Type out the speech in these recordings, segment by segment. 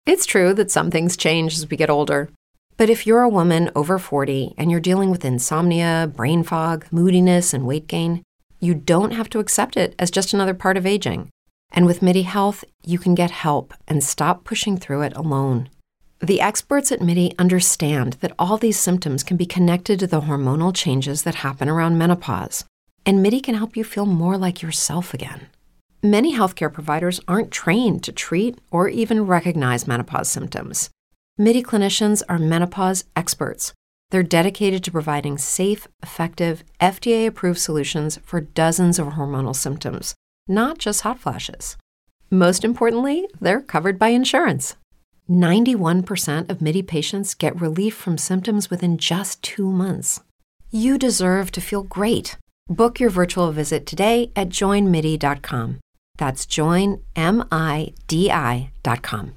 It's true that some things change as we get older. But if you're a woman over 40 and you're dealing with insomnia, brain fog, moodiness, and weight gain, you don't have to accept it as just another part of aging. And with MIDI Health, you can get help and stop pushing through it alone. The experts at MIDI understand that all these symptoms can be connected to the hormonal changes that happen around menopause, and MIDI can help you feel more like yourself again. Many healthcare providers aren't trained to treat or even recognize menopause symptoms. MIDI clinicians are menopause experts. They're dedicated to providing safe, effective, FDA-approved solutions for dozens of hormonal symptoms, not just hot flashes. Most importantly, they're covered by insurance. 91% of MIDI patients get relief from symptoms within just 2 months. You deserve to feel great. Book your virtual visit today at joinmidi.com. That's joinmidi.com.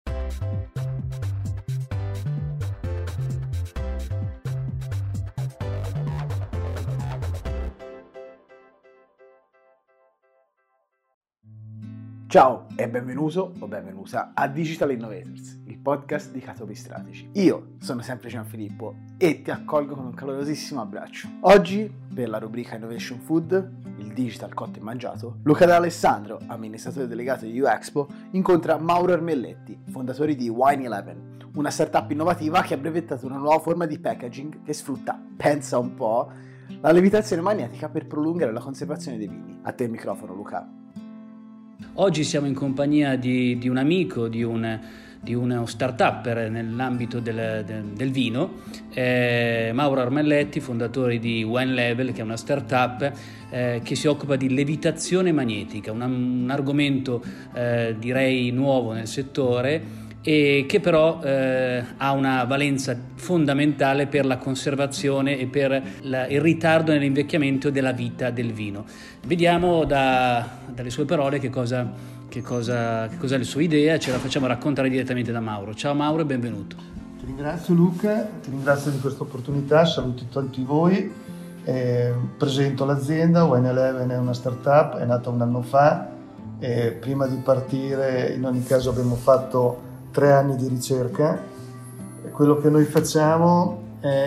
Ciao e benvenuto o benvenuta a Digital Innovators, il podcast dedicato ai strategici. Io sono sempre Gianfilippo e ti accolgo con un calorosissimo abbraccio. Oggi, per la rubrica Innovation Food, il digital cotto e mangiato, Luca D'Alessandro, amministratore delegato di UEXPO, incontra Mauro Armelletti, fondatore di Wine11, una startup innovativa che ha brevettato una nuova forma di packaging che sfrutta, pensa un po', la lievitazione magnetica per prolungare la conservazione dei vini. A te il microfono, Luca. Oggi siamo in compagnia di un amico, di uno start-upper nell'ambito del vino, Mauro Armelletti, fondatore di Wine11, che è una start-up che si occupa di levitazione magnetica, un argomento direi nuovo nel settore e che però ha una valenza fondamentale per la conservazione e per il ritardo nell'invecchiamento della vita del vino. Vediamo dalle sue parole che cosa è la sua idea, ce la facciamo raccontare direttamente da Mauro. Ciao Mauro e benvenuto. Ti ringrazio Luca, ti ringrazio di questa opportunità, saluto tutti voi. Presento l'azienda, Wine11 è una startup, è nata un anno fa. Prima di partire in ogni caso abbiamo fatto 3 anni di ricerca. Quello che noi facciamo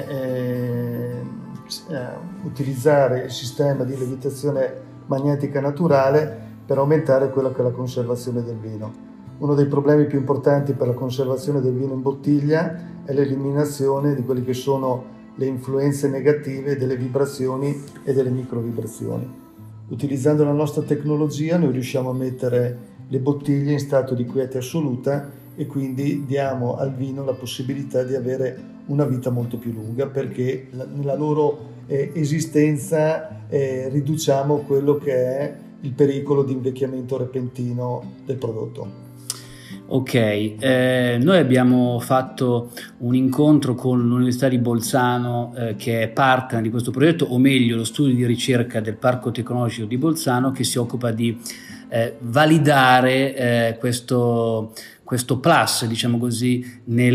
è utilizzare il sistema di levitazione magnetica naturale per aumentare quella che è la conservazione del vino. Uno dei problemi più importanti per la conservazione del vino in bottiglia è l'eliminazione di quelle che sono le influenze negative delle vibrazioni e delle microvibrazioni. Utilizzando la nostra tecnologia noi riusciamo a mettere le bottiglie in stato di quiete assoluta e quindi diamo al vino la possibilità di avere una vita molto più lunga, perché nella loro esistenza riduciamo quello che è il pericolo di invecchiamento repentino del prodotto. Ok, noi abbiamo fatto un incontro con l'Università di Bolzano che è partner di questo progetto, o meglio lo studio di ricerca del Parco Tecnologico di Bolzano, che si occupa di validare questo plus, diciamo così,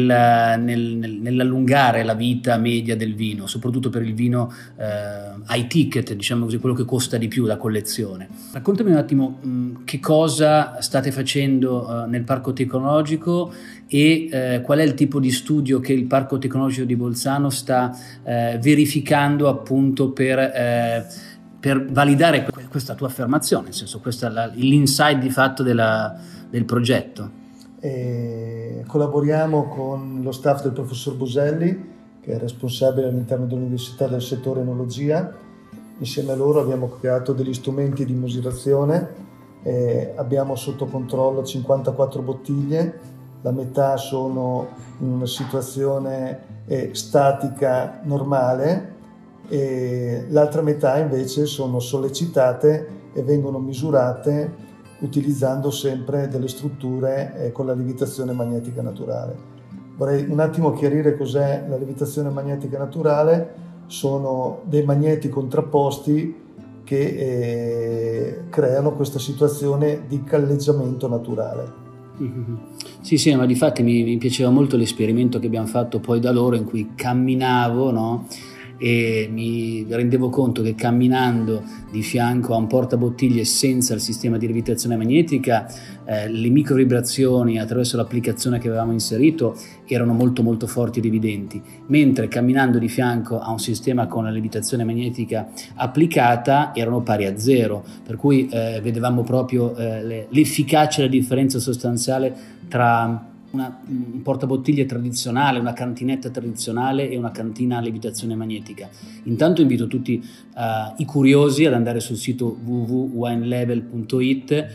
nell'allungare la vita media del vino, soprattutto per il vino high ticket, diciamo così, quello che costa di più da collezione. Raccontami un attimo che cosa state facendo nel Parco Tecnologico e qual è il tipo di studio che il Parco Tecnologico di Bolzano sta verificando appunto per validare questa tua affermazione, nel senso l'insight di fatto del progetto. Collaboriamo con lo staff del professor Boselli, che è responsabile all'interno dell'università del settore enologia. Insieme a loro abbiamo creato degli strumenti di misurazione, abbiamo sotto controllo 54 bottiglie, la metà sono in una situazione statica normale e l'altra metà invece sono sollecitate e vengono misurate utilizzando sempre delle strutture con la lievitazione magnetica naturale. Vorrei un attimo chiarire cos'è la lievitazione magnetica naturale. Sono dei magneti contrapposti che creano questa situazione di calleggiamento naturale. Sì, ma difatti mi piaceva molto l'esperimento che abbiamo fatto poi da loro, in cui camminavo, no? e mi rendevo conto che camminando di fianco a un portabottiglie senza il sistema di levitazione magnetica, le microvibrazioni attraverso l'applicazione che avevamo inserito erano molto molto forti ed evidenti, mentre camminando di fianco a un sistema con la levitazione magnetica applicata erano pari a zero, per cui vedevamo proprio l'efficacia e la differenza sostanziale tra un portabottiglie tradizionale, una cantinetta tradizionale e una cantina a levitazione magnetica. Intanto invito tutti i curiosi ad andare sul sito www.winelevel.it,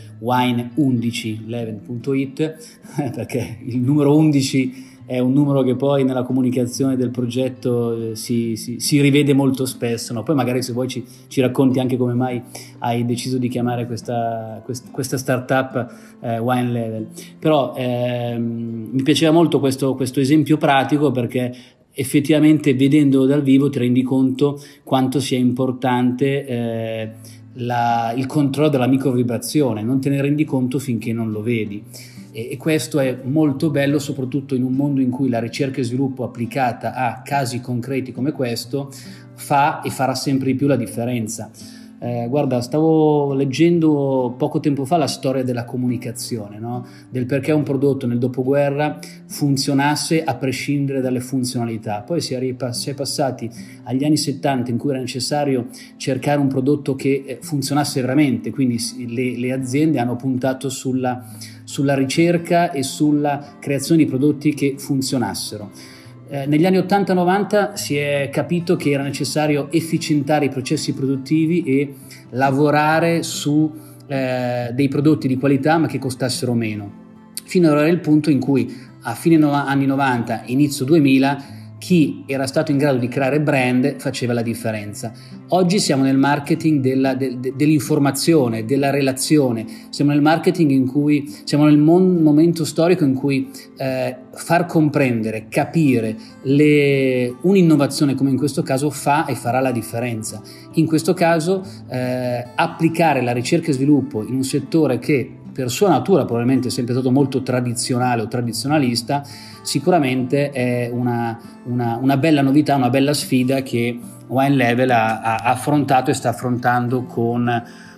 wine11level.it, perché il numero 11 è un numero che poi nella comunicazione del progetto si rivede molto spesso, no? Poi magari se vuoi ci racconti anche come mai hai deciso di chiamare questa startup Wine Level. Però mi piaceva molto questo esempio pratico, perché effettivamente vedendolo dal vivo ti rendi conto quanto sia importante il controllo della microvibrazione, non te ne rendi conto finché non lo vedi. E questo è molto bello, soprattutto in un mondo in cui la ricerca e sviluppo applicata a casi concreti come questo fa e farà sempre di più la differenza. Guarda, stavo leggendo poco tempo fa la storia della comunicazione, no? Del perché un prodotto nel dopoguerra funzionasse a prescindere dalle funzionalità. Poi si è passati agli anni 70, in cui era necessario cercare un prodotto che funzionasse veramente, quindi le aziende hanno puntato sulla ricerca e sulla creazione di prodotti che funzionassero. Negli anni 80-90 si è capito che era necessario efficientare i processi produttivi e lavorare su dei prodotti di qualità ma che costassero meno, fino ad arrivare al punto in cui a fine anni 90, inizio 2000, chi era stato in grado di creare brand faceva la differenza. Oggi siamo nel marketing dell'informazione, della relazione, siamo nel marketing in cui siamo nel momento storico in cui far comprendere, capire un'innovazione come in questo caso fa e farà la differenza. In questo caso applicare la ricerca e sviluppo in un settore che per sua natura probabilmente è sempre stato molto tradizionale o tradizionalista, sicuramente è una bella novità, una bella sfida che Wine Level ha affrontato e sta affrontando con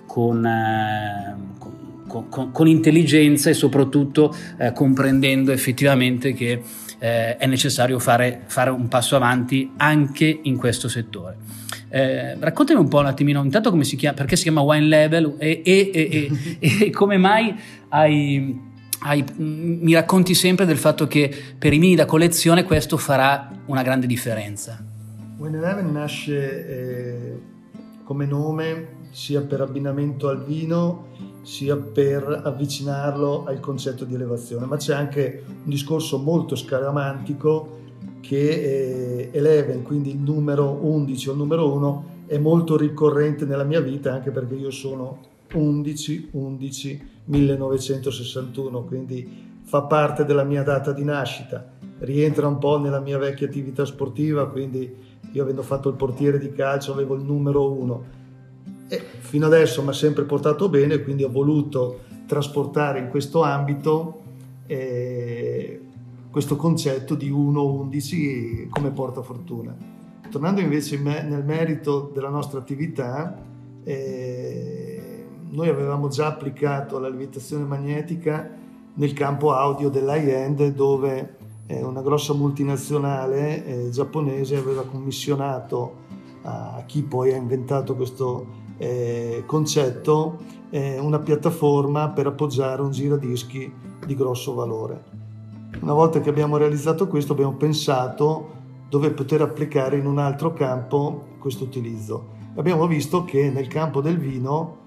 intelligenza e soprattutto comprendendo effettivamente che è necessario fare un passo avanti anche in questo settore. Raccontami un po' un attimino intanto come si chiama, perché si chiama Wine Level e come mai mi racconti sempre del fatto che per i vini da collezione questo farà una grande differenza. Wine Level nasce come nome sia per abbinamento al vino sia per avvicinarlo al concetto di elevazione, ma c'è anche un discorso molto scaramantico che Eleven, quindi il numero 11 o il numero 1, è molto ricorrente nella mia vita, anche perché io sono 11/11/1961, quindi fa parte della mia data di nascita, rientra un po' nella mia vecchia attività sportiva, quindi io avendo fatto il portiere di calcio avevo il numero 1 e fino adesso mi ha sempre portato bene, quindi ho voluto trasportare in questo ambito questo concetto di 1-11 come portafortuna. Tornando invece nel merito della nostra attività, noi avevamo già applicato la levitazione magnetica nel campo audio dell'high-end, dove una grossa multinazionale giapponese aveva commissionato a chi poi ha inventato questo concetto una piattaforma per appoggiare un giradischi di grosso valore. Una volta che abbiamo realizzato questo, abbiamo pensato dove poter applicare in un altro campo questo utilizzo. Abbiamo visto che nel campo del vino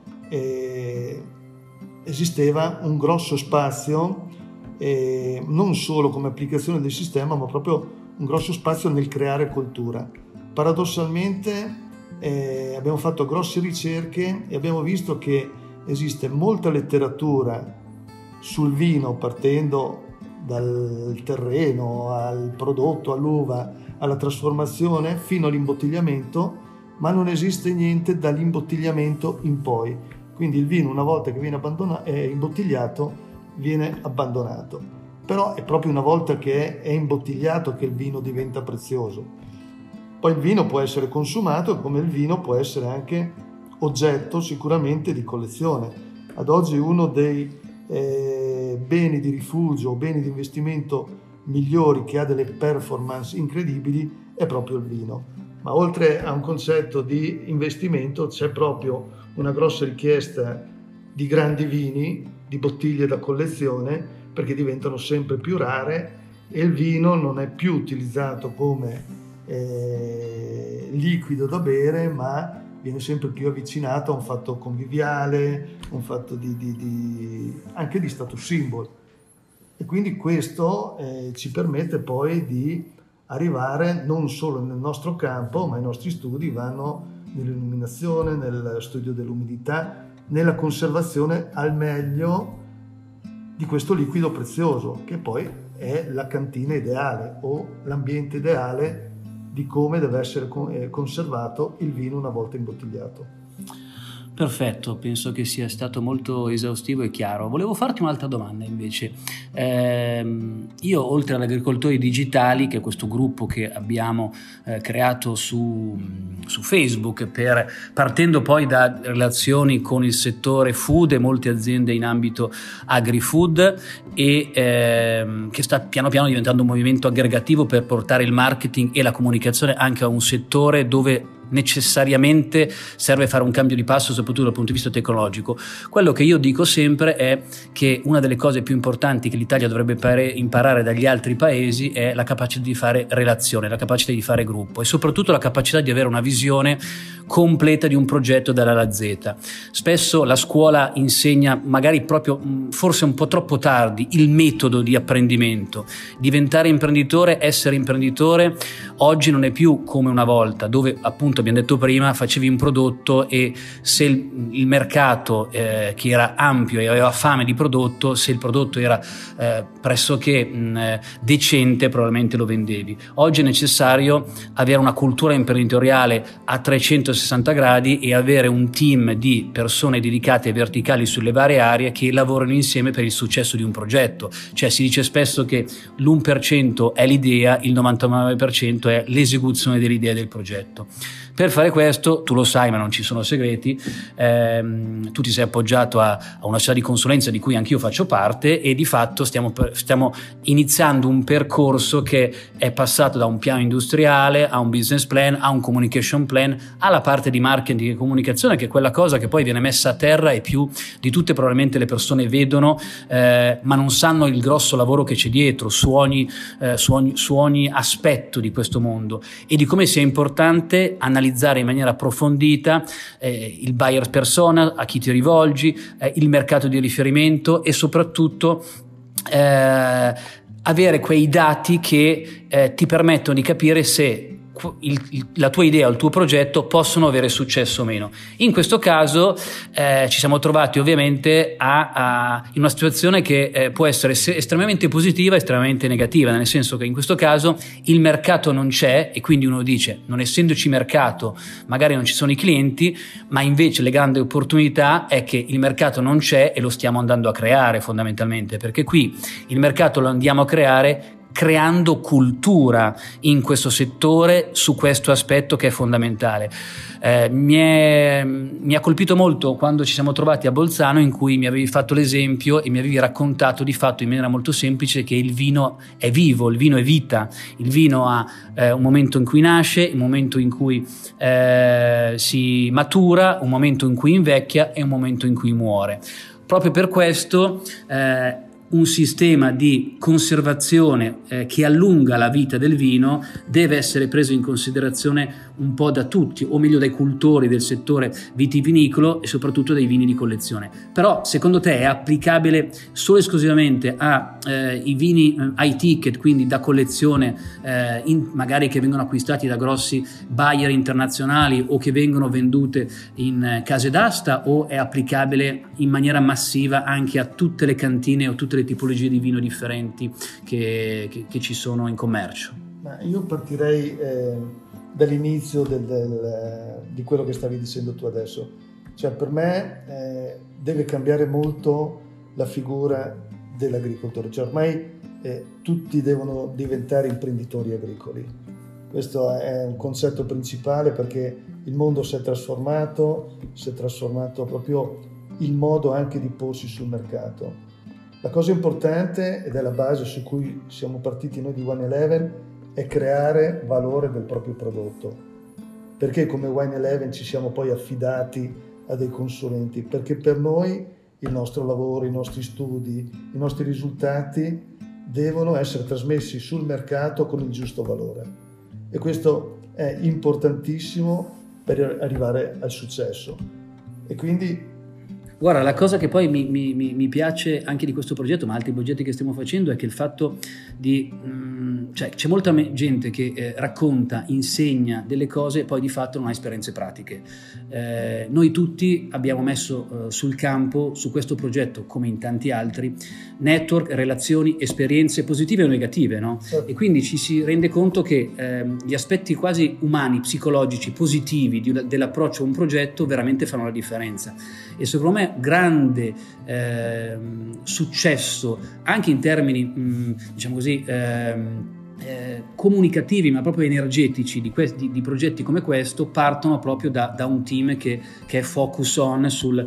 esisteva un grosso spazio, non solo come applicazione del sistema, ma proprio un grosso spazio nel creare cultura. Paradossalmente abbiamo fatto grosse ricerche e abbiamo visto che esiste molta letteratura sul vino, partendo dal terreno al prodotto, all'uva, alla trasformazione fino all'imbottigliamento, ma non esiste niente dall'imbottigliamento in poi. Quindi il vino, una volta che viene imbottigliato, viene abbandonato. Però è proprio una volta che è imbottigliato che il vino diventa prezioso. Poi il vino può essere consumato e come il vino può essere anche oggetto sicuramente di collezione. Ad oggi uno dei beni di rifugio, beni di investimento migliori, che ha delle performance incredibili, è proprio il vino. Ma oltre a un concetto di investimento c'è proprio una grossa richiesta di grandi vini, di bottiglie da collezione, perché diventano sempre più rare e il vino non è più utilizzato come liquido da bere, ma viene sempre più avvicinato a un fatto conviviale, un fatto anche di status symbol. E quindi questo ci permette poi di arrivare non solo nel nostro campo, ma i nostri studi vanno nell'illuminazione, nel studio dell'umidità, nella conservazione al meglio di questo liquido prezioso, che poi è la cantina ideale o l'ambiente ideale di come deve essere conservato il vino una volta imbottigliato. Perfetto, penso che sia stato molto esaustivo e chiaro. Volevo farti un'altra domanda invece. Io, oltre agli agricoltori digitali, che è questo gruppo che abbiamo creato su Facebook, partendo poi da relazioni con il settore food e molte aziende in ambito agri-food, e che sta piano piano diventando un movimento aggregativo per portare il marketing e la comunicazione anche a un settore dove necessariamente serve fare un cambio di passo, soprattutto dal punto di vista tecnologico. Quello che io dico sempre è che una delle cose più importanti che l'Italia dovrebbe imparare dagli altri paesi è la capacità di fare relazione, la capacità di fare gruppo e soprattutto la capacità di avere una visione completa di un progetto dall'A alla Z. Spesso la scuola insegna, magari proprio forse un po' troppo tardi, il metodo di apprendimento. Diventare imprenditore, essere imprenditore oggi non è più come una volta, dove appunto abbiamo detto prima, facevi un prodotto e se il mercato che era ampio e aveva fame di prodotto, se il prodotto era pressoché decente, probabilmente lo vendevi. Oggi è necessario avere una cultura imprenditoriale a 360 gradi e avere un team di persone dedicate e verticali sulle varie aree che lavorano insieme per il successo di un progetto. Cioè si dice spesso che l'1% è l'idea, il 99% è l'esecuzione dell'idea del progetto. Per fare questo, tu lo sai, ma non ci sono segreti, tu ti sei appoggiato a una società di consulenza di cui anch'io faccio parte e di fatto stiamo iniziando un percorso che è passato da un piano industriale a un business plan, a un communication plan, alla parte di marketing e comunicazione, che è quella cosa che poi viene messa a terra e più di tutte probabilmente le persone vedono, ma non sanno il grosso lavoro che c'è dietro su ogni aspetto di questo mondo e di come sia importante analizzare in maniera approfondita il buyer persona, a chi ti rivolgi, il mercato di riferimento e soprattutto avere quei dati che ti permettono di capire se la tua idea o il tuo progetto possono avere successo o meno. In questo caso ci siamo trovati ovviamente in una situazione che può essere estremamente positiva e estremamente negativa, nel senso che in questo caso il mercato non c'è e quindi uno dice, non essendoci mercato magari non ci sono i clienti, ma invece la grande opportunità è che il mercato non c'è e lo stiamo andando a creare fondamentalmente, perché qui il mercato lo andiamo a creare creando cultura in questo settore su questo aspetto che è fondamentale. Mi ha colpito molto quando ci siamo trovati a Bolzano, in cui mi avevi fatto l'esempio e mi avevi raccontato di fatto in maniera molto semplice che il vino è vivo, il vino è vita, il vino ha un momento in cui nasce, un momento in cui si matura, un momento in cui invecchia e un momento in cui muore. Proprio per questo un sistema di conservazione che allunga la vita del vino deve essere preso in considerazione un po' da tutti, o meglio dai cultori del settore vitivinicolo e soprattutto dai vini di collezione. Però secondo te è applicabile solo e esclusivamente ai vini high ticket, quindi da collezione, magari che vengono acquistati da grossi buyer internazionali o che vengono vendute in case d'asta, o è applicabile in maniera massiva anche a tutte le cantine o tutte le tipologie di vino differenti che ci sono in commercio? Ma io partirei dall'inizio di quello che stavi dicendo tu adesso. Cioè, per me deve cambiare molto la figura dell'agricoltore. Cioè, ormai tutti devono diventare imprenditori agricoli. Questo è un concetto principale, perché il mondo si è trasformato proprio il modo anche di porsi sul mercato. La cosa importante, ed è la base su cui siamo partiti noi di Wine11, è creare valore del proprio prodotto. Perché come Wine11 ci siamo poi affidati a dei consulenti? Perché per noi il nostro lavoro, i nostri studi, i nostri risultati devono essere trasmessi sul mercato con il giusto valore. E questo è importantissimo per arrivare al successo. E quindi guarda, la cosa che poi mi piace anche di questo progetto, ma altri progetti che stiamo facendo, è che il fatto di cioè c'è molta gente che racconta, insegna delle cose e poi di fatto non ha esperienze pratiche. Noi tutti abbiamo messo sul campo, su questo progetto come in tanti altri, network, relazioni, esperienze positive o negative, no? E quindi ci si rende conto che gli aspetti quasi umani, psicologici, positivi dell'approccio a un progetto veramente fanno la differenza. E secondo me grande successo anche in termini diciamo così comunicativi, ma proprio energetici di progetti come questo, partono proprio da un team che è focus on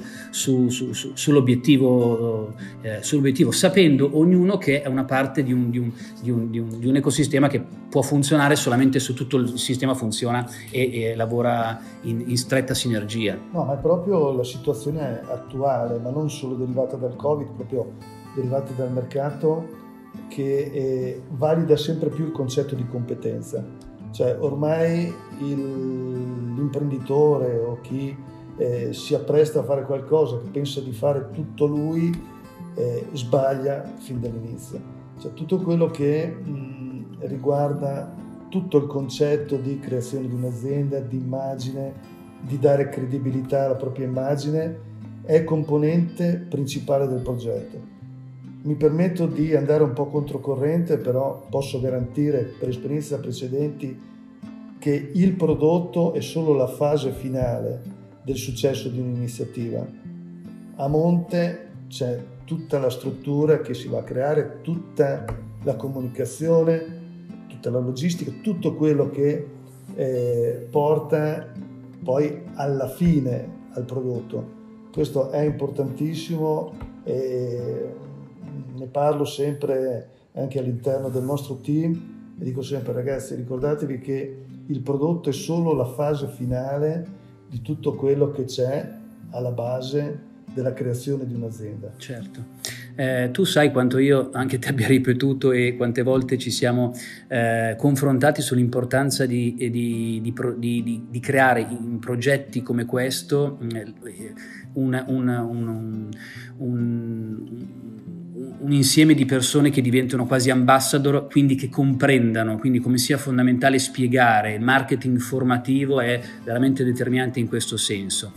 sull'obiettivo, sapendo ognuno che è una parte di un ecosistema che può funzionare solamente se tutto il sistema funziona e lavora in stretta sinergia. No, ma è proprio la situazione attuale, ma non solo derivata dal Covid, proprio derivata dal mercato, che valida sempre più il concetto di competenza. Cioè ormai l'imprenditore o chi si appresta a fare qualcosa, che pensa di fare tutto lui, sbaglia fin dall'inizio. Cioè tutto quello che riguarda tutto il concetto di creazione di un'azienda, di immagine, di dare credibilità alla propria immagine, è componente principale del progetto. Mi permetto di andare un po' controcorrente, però posso garantire per esperienze precedenti che il prodotto è solo la fase finale del successo di un'iniziativa. A monte c'è tutta la struttura che si va a creare, tutta la comunicazione, tutta la logistica, tutto quello che porta poi alla fine al prodotto. Questo è importantissimo e ne parlo sempre anche all'interno del nostro team e dico sempre: ragazzi, ricordatevi che il prodotto è solo la fase finale di tutto quello che c'è alla base della creazione di un'azienda. Certo. Tu sai quanto io anche ti abbia ripetuto e quante volte ci siamo confrontati sull'importanza di creare in progetti come questo un insieme di persone che diventano quasi ambassador, quindi che comprendano, quindi come sia fondamentale spiegare. Il marketing formativo è veramente determinante in questo senso.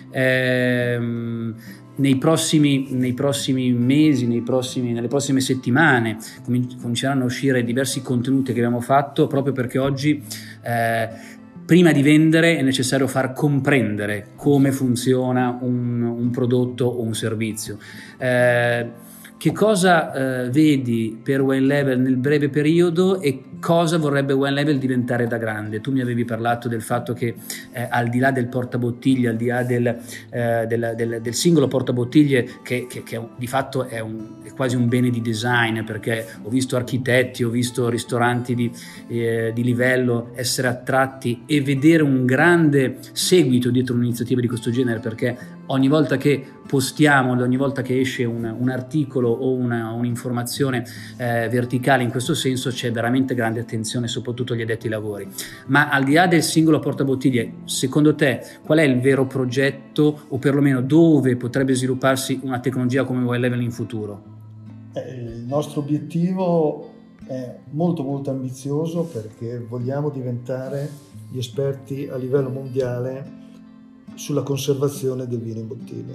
Nei prossimi mesi, nelle prossime settimane cominceranno a uscire diversi contenuti che abbiamo fatto, proprio perché oggi prima di vendere è necessario far comprendere come funziona un prodotto o un servizio. Che cosa vedi per Wine11 nel breve periodo e cosa vorrebbe Wine11 diventare da grande? Tu mi avevi parlato del fatto che al di là del portabottiglie, al di là del singolo portabottiglie che di fatto è quasi un bene di design, perché ho visto architetti, ho visto ristoranti di livello essere attratti e vedere un grande seguito dietro un'iniziativa di questo genere, perché ogni volta che postiamo, ogni volta che esce un articolo o un'informazione verticale in questo senso, c'è veramente grande attenzione, soprattutto agli addetti ai lavori. Ma al di là del singolo portabottiglie, secondo te qual è il vero progetto, o perlomeno dove potrebbe svilupparsi una tecnologia come Wine11 in futuro? Il nostro obiettivo è molto molto ambizioso, perché vogliamo diventare gli esperti a livello mondiale sulla conservazione del vino in bottiglia.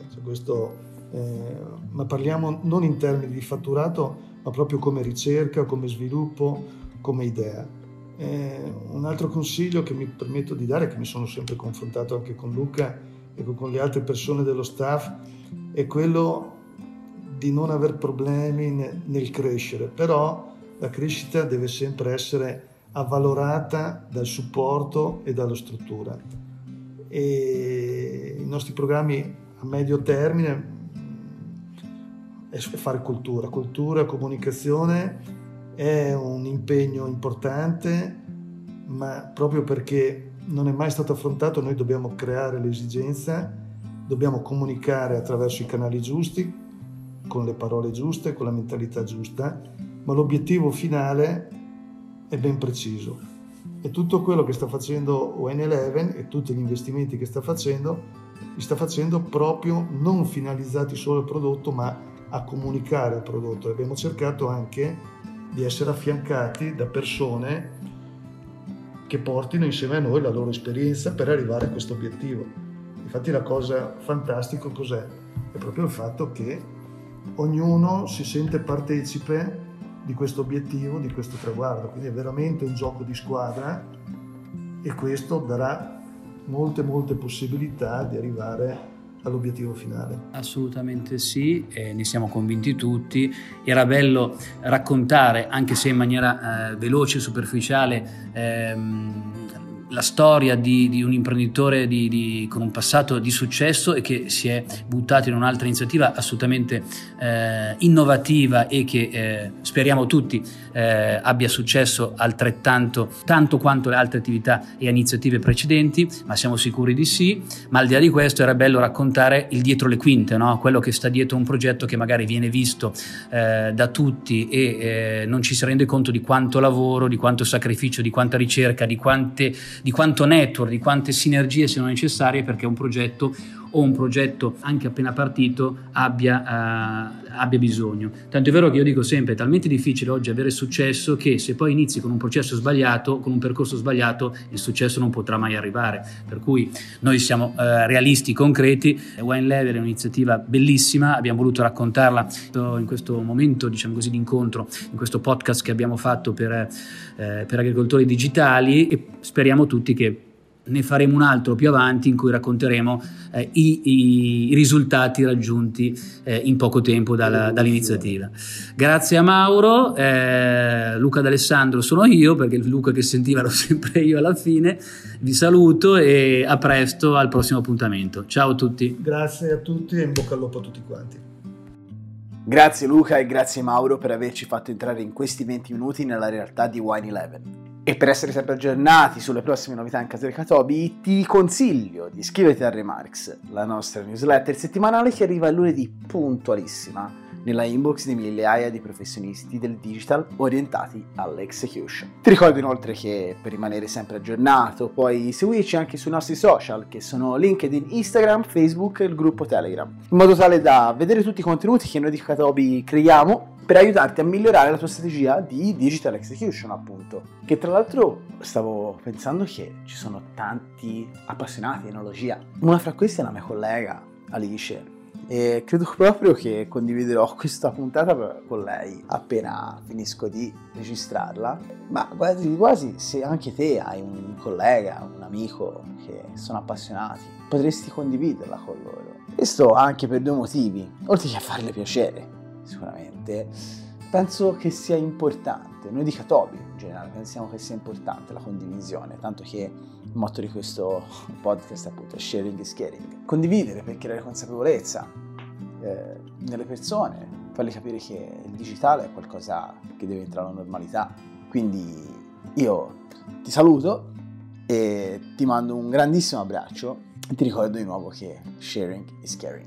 Ma parliamo non in termini di fatturato, ma proprio come ricerca, come sviluppo, come idea. Un altro consiglio che mi permetto di dare, che mi sono sempre confrontato anche con Luca e con le altre persone dello staff, è quello di non aver problemi nel crescere, però la crescita deve sempre essere avvalorata dal supporto e dalla struttura. E i nostri programmi a medio termine è fare cultura, comunicazione è un impegno importante, ma proprio perché non è mai stato affrontato noi dobbiamo creare l'esigenza, dobbiamo comunicare attraverso i canali giusti, con le parole giuste, con la mentalità giusta, ma l'obiettivo finale è ben preciso. E tutto quello che sta facendo Wine11 e tutti gli investimenti che sta facendo, li sta facendo proprio non finalizzati solo al prodotto, ma a comunicare il prodotto. Abbiamo cercato anche di essere affiancati da persone che portino insieme a noi la loro esperienza per arrivare a questo obiettivo. Infatti la cosa fantastica cos'è? È proprio il fatto che ognuno si sente partecipe di questo obiettivo, di questo traguardo, quindi è veramente un gioco di squadra e questo darà molte possibilità di arrivare all'obietivo finale. Assolutamente sì, ne siamo convinti tutti. Era bello raccontare, anche se in maniera veloce e superficiale, la storia di un imprenditore con un passato di successo e che si è buttato in un'altra iniziativa assolutamente innovativa e che speriamo tutti abbia successo altrettanto tanto quanto le altre attività e iniziative precedenti, ma siamo sicuri di sì. Ma al di là di questo era bello raccontare il dietro le quinte, no? Quello che sta dietro un progetto che magari viene visto da tutti e non ci si rende conto di quanto lavoro, di quanto sacrificio, di quanta ricerca, di quanto network, di quante sinergie siano necessarie perché un progetto anche appena partito abbia bisogno. Tanto è vero che io dico sempre, è talmente difficile oggi avere successo che se poi inizi con un processo sbagliato, con un percorso sbagliato, il successo non potrà mai arrivare. Per cui noi siamo realisti, concreti. Wine11 è un'iniziativa bellissima, abbiamo voluto raccontarla in questo momento, diciamo così, di incontro, in questo podcast che abbiamo fatto per agricoltori digitali, e speriamo tutti che ne faremo un altro più avanti in cui racconteremo i risultati raggiunti in poco tempo dall'iniziativa. Grazie a Mauro, Luca D'Alessandro sono io, perché il Luca che sentiva ero sempre io alla fine. Vi saluto e a presto al prossimo appuntamento. Ciao a tutti. Grazie a tutti e in bocca al lupo a tutti quanti. Grazie Luca e grazie Mauro per averci fatto entrare in questi 20 minuti nella realtà di Wine11. E per essere sempre aggiornati sulle prossime novità in casa del Catobi, ti consiglio di iscriverti a Remarks, la nostra newsletter settimanale che arriva il lunedì puntualissima nella inbox di migliaia di professionisti del digital orientati all'execution. Ti ricordo inoltre che per rimanere sempre aggiornato puoi seguirci anche sui nostri social, che sono LinkedIn, Instagram, Facebook e il gruppo Telegram, in modo tale da vedere tutti i contenuti che noi di Catobi creiamo per aiutarti a migliorare la tua strategia di digital execution, appunto. Che tra l'altro stavo pensando che ci sono tanti appassionati di enologia. Una fra questi è la mia collega Alice, e credo proprio che condividerò questa puntata con lei appena finisco di registrarla. Ma quasi se anche te hai un collega, un amico che sono appassionati, potresti condividerla con loro. Questo anche per due motivi, oltre che a farle piacere. Sicuramente penso che sia importante, noi di Catobi in generale pensiamo che sia importante la condivisione, tanto che il motto di questo podcast appunto è sharing is caring. Condividere per creare consapevolezza nelle persone, fargli capire che il digitale è qualcosa che deve entrare nella normalità. Quindi io ti saluto e ti mando un grandissimo abbraccio e ti ricordo di nuovo che sharing is caring.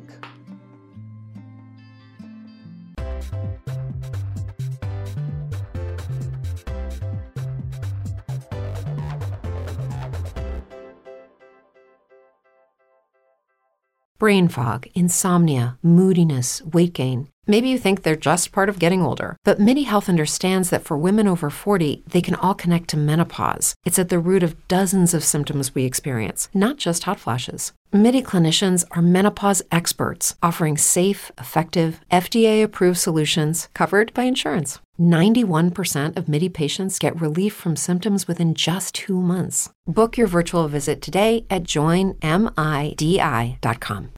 Brain fog, insomnia, moodiness, weight gain. Maybe you think they're just part of getting older, but MIDI Health understands that for women over 40, they can all connect to menopause. It's at the root of dozens of symptoms we experience, not just hot flashes. MIDI clinicians are menopause experts, offering safe, effective, FDA-approved solutions covered by insurance. 91% of MIDI patients get relief from symptoms within just 2 months. Book your virtual visit today at joinmidi.com.